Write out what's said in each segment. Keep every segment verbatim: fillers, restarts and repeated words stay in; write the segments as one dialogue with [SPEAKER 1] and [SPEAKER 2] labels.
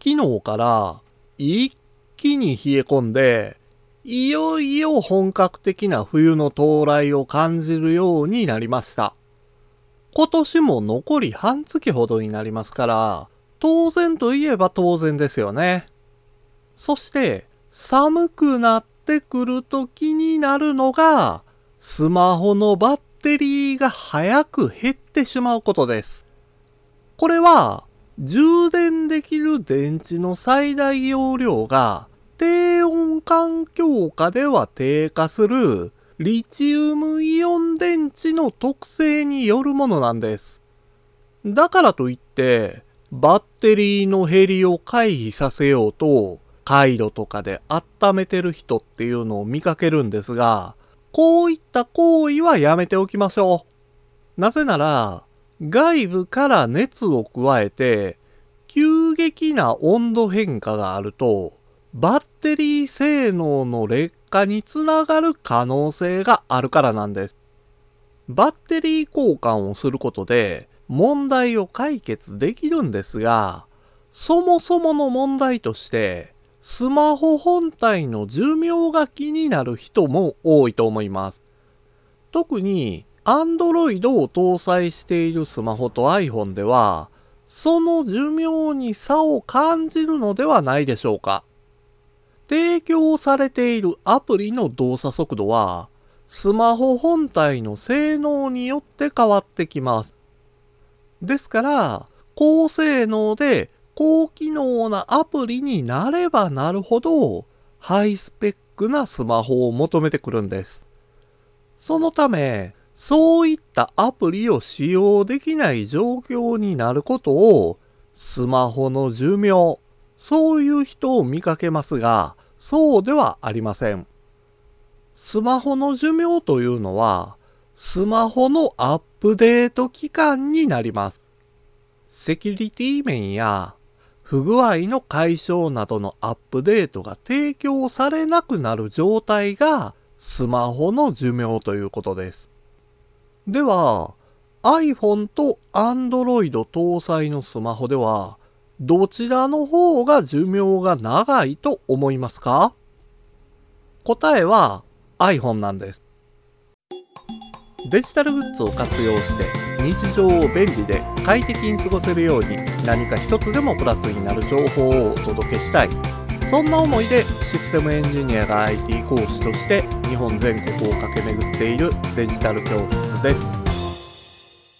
[SPEAKER 1] 昨日から一気に冷え込んで、いよいよ本格的な冬の到来を感じるようになりました。今年も残り半月ほどになりますから、当然といえば当然ですよね。そして寒くなってくると気になるのが、スマホのバッテリーが早く減ってしまうことです。これは充電できる電池の最大容量が低温環境下では低下するリチウムイオン電池の特性によるものなんです。だからといってバッテリーの減りを回避させようとカイロとかで温めてる人っていうのを見かけるんですが、こういった行為はやめておきましょう。なぜなら外部から熱を加えて急激な温度変化があるとバッテリー性能の劣化につながる可能性があるからなんです。バッテリー交換をすることで問題を解決できるんですが、そもそもの問題としてスマホ本体の寿命が気になる人も多いと思います。特にAndroid を搭載しているスマホと iPhone では、その寿命に差を感じるのではないでしょうか。提供されているアプリの動作速度は、スマホ本体の性能によって変わってきます。ですから、高性能で高機能なアプリになればなるほど、ハイスペックなスマホを求めてくるんです。そのため、そういったアプリを使用できない状況になることを、スマホの寿命、そういう人を見かけますが、そうではありません。スマホの寿命というのは、スマホのアップデート期間になります。セキュリティ面や不具合の解消などのアップデートが提供されなくなる状態がスマホの寿命ということです。では、iPhone と Android 搭載のスマホでは、どちらの方が寿命が長いと思いますか？答えは iPhone なんです。デジタルグッズを活用して日常を便利で快適に過ごせるように何か一つでもプラスになる情報をお届けしたい。そんな思いでシステムエンジニアが アイティー 講師として日本全国を駆け巡っているデジタル教室です。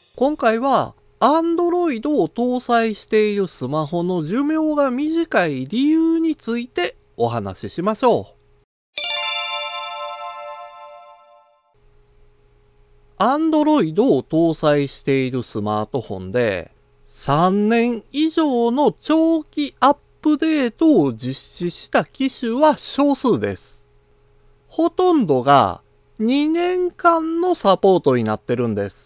[SPEAKER 1] 今回は Android を搭載しているスマホの寿命が短い理由についてお話ししましょう。Android を搭載しているスマートフォンでさんねん以上の長期アップデートを実施した機種は少数です。ほとんどがにねんかんのサポートになってるんです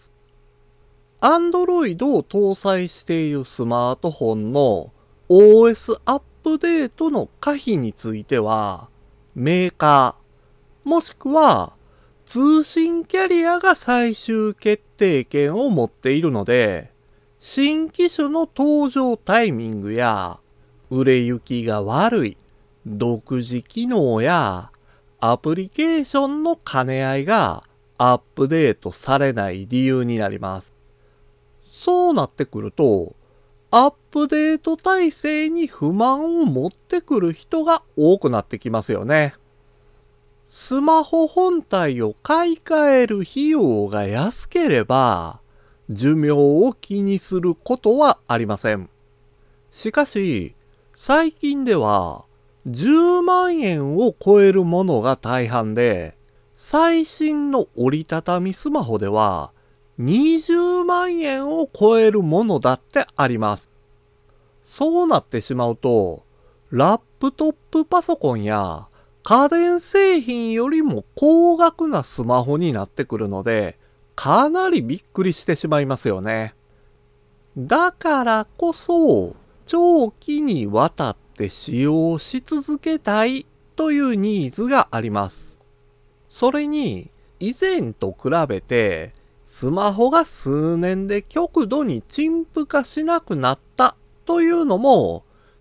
[SPEAKER 1] 。Android を搭載しているスマートフォンの オーエス アップデートの可否については、メーカー、もしくは通信キャリアが最終決定権を持っているので、新機種の登場タイミングや売れ行きが悪い、独自機能やアプリケーションの兼ね合いがアップデートされない理由になります。そうなってくると、アップデート体制に不満を持ってくる人が多くなってきますよね。スマホ本体を買い替える費用が安ければ、寿命を気にすることはありません。しかし、最近ではじゅうまんえんを超えるものが大半で、最新の折りたたみスマホではにじゅうまんえんを超えるものだってあります。そうなってしまうと、ラップトップパソコンや家電製品よりも高額なスマホになってくるので、かなりびっくりしてしまいますよね。だからこそ、長期にわたって使用し続けたいというニーズがあります。それに、以前と比べて、スマホが数年で極度に陳腐化しなくなったというのも、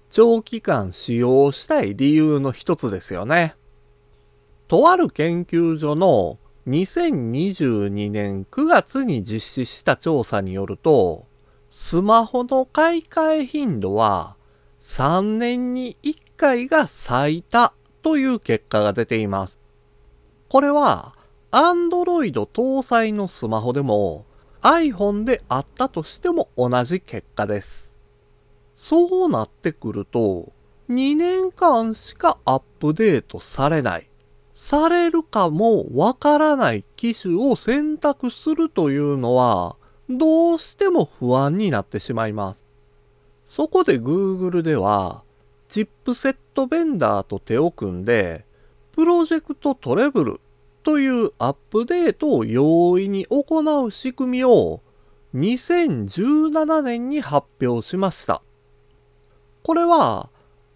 [SPEAKER 1] 長期間使用したい理由の一つですよね。とある研究所のにせんにじゅうにねんくがつに実施した調査によると、スマホの買い替え頻度はさんねんにいっかいが最多という結果が出ています。これは Android 搭載のスマホでも iPhone であったとしても同じ結果です。そうなってくると、にねんかんしかアップデートされない、されるかもわからない機種を選択するというのは、どうしても不安になってしまいます。そこで Google では、チップセットベンダーと手を組んで、プロジェクトトレブルというアップデートを容易に行う仕組みをにせんじゅうななねんに発表しました。これは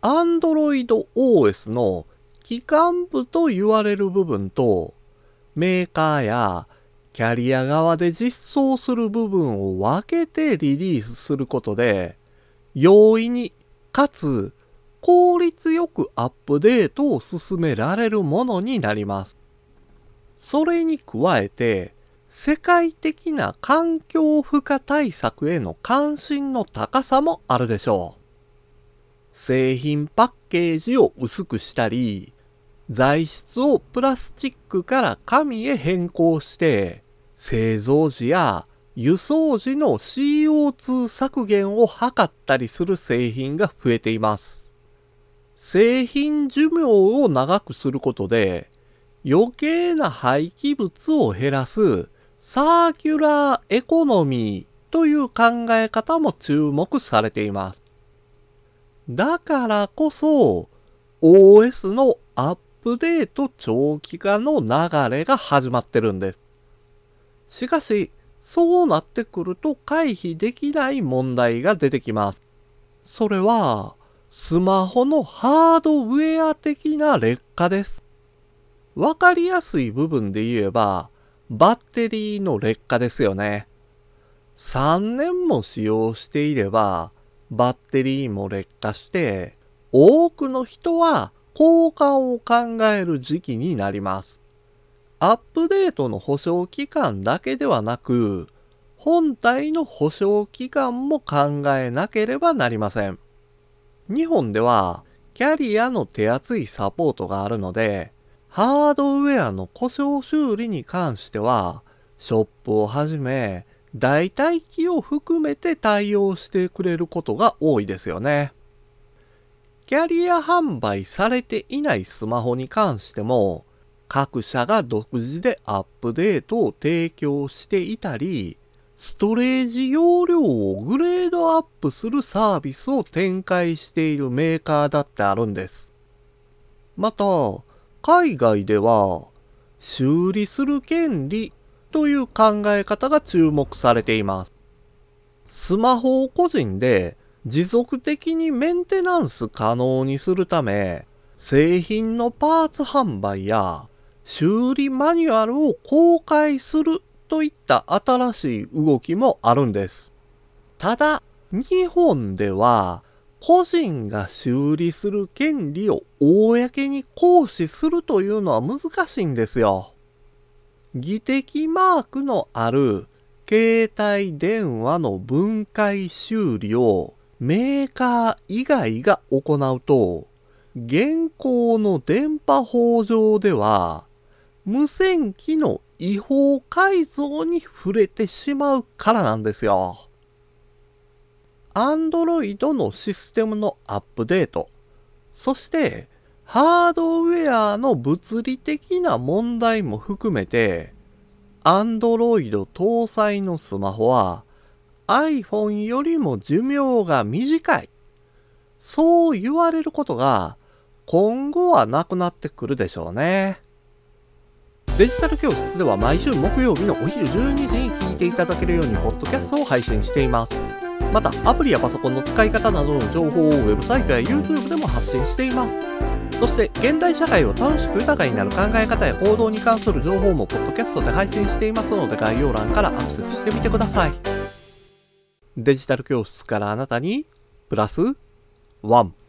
[SPEAKER 1] Android オーエス の基幹部と言われる部分と、メーカーやキャリア側で実装する部分を分けてリリースすることで、容易にかつ効率よくアップデートを進められるものになります。それに加えて、世界的な環境負荷対策への関心の高さもあるでしょう。製品パッケージを薄くしたり、材質をプラスチックから紙へ変更して、製造時や輸送時の シーオーツー 削減を図ったりする製品が増えています。製品寿命を長くすることで、余計な廃棄物を減らすサーキュラーエコノミーという考え方も注目されています。だからこそ オーエス のアップデート長期化の流れが始まってるんです。しかし、そうなってくると回避できない問題が出てきます。それは、スマホのハードウェア的な劣化です。わかりやすい部分で言えば、バッテリーの劣化ですよね。さんねんも使用していれば、バッテリーも劣化して、多くの人は交換を考える時期になります。アップデートの保証期間だけではなく、本体の保証期間も考えなければなりません。日本ではキャリアの手厚いサポートがあるので、ハードウェアの故障修理に関しては、ショップをはじめ、代替機を含めて対応してくれることが多いですよね。キャリア販売されていないスマホに関しても、各社が独自でアップデートを提供していたり、ストレージ容量をグレードアップするサービスを展開しているメーカーだってあるんです。また、海外では、修理する権利という考え方が注目されています。スマホを個人で持続的にメンテナンス可能にするため、製品のパーツ販売や修理マニュアルを公開するといった新しい動きもあるんです。ただ、日本では個人が修理する権利を公に行使するというのは難しいんですよ。技的マークのある携帯電話の分解修理をメーカー以外が行うと、現行の電波法上では無線機の違法改造に触れてしまうからなんですよ。Android のシステムのアップデート、そしてハードウェアの物理的な問題も含めて、Android 搭載のスマホは iPhone よりも寿命が短い。そう言われることが今後はなくなってくるでしょうね。デジタル教室では毎週木曜日のお昼じゅうにじに聞いていただけるようにポッドキャストを配信しています。またアプリやパソコンの使い方などの情報をウェブサイトや YouTube でも発信しています。そして現代社会を楽しく豊かになる考え方や行動に関する情報もポッドキャストで配信していますので、概要欄からアクセスしてみてください。デジタル教室からあなたにプラスワン。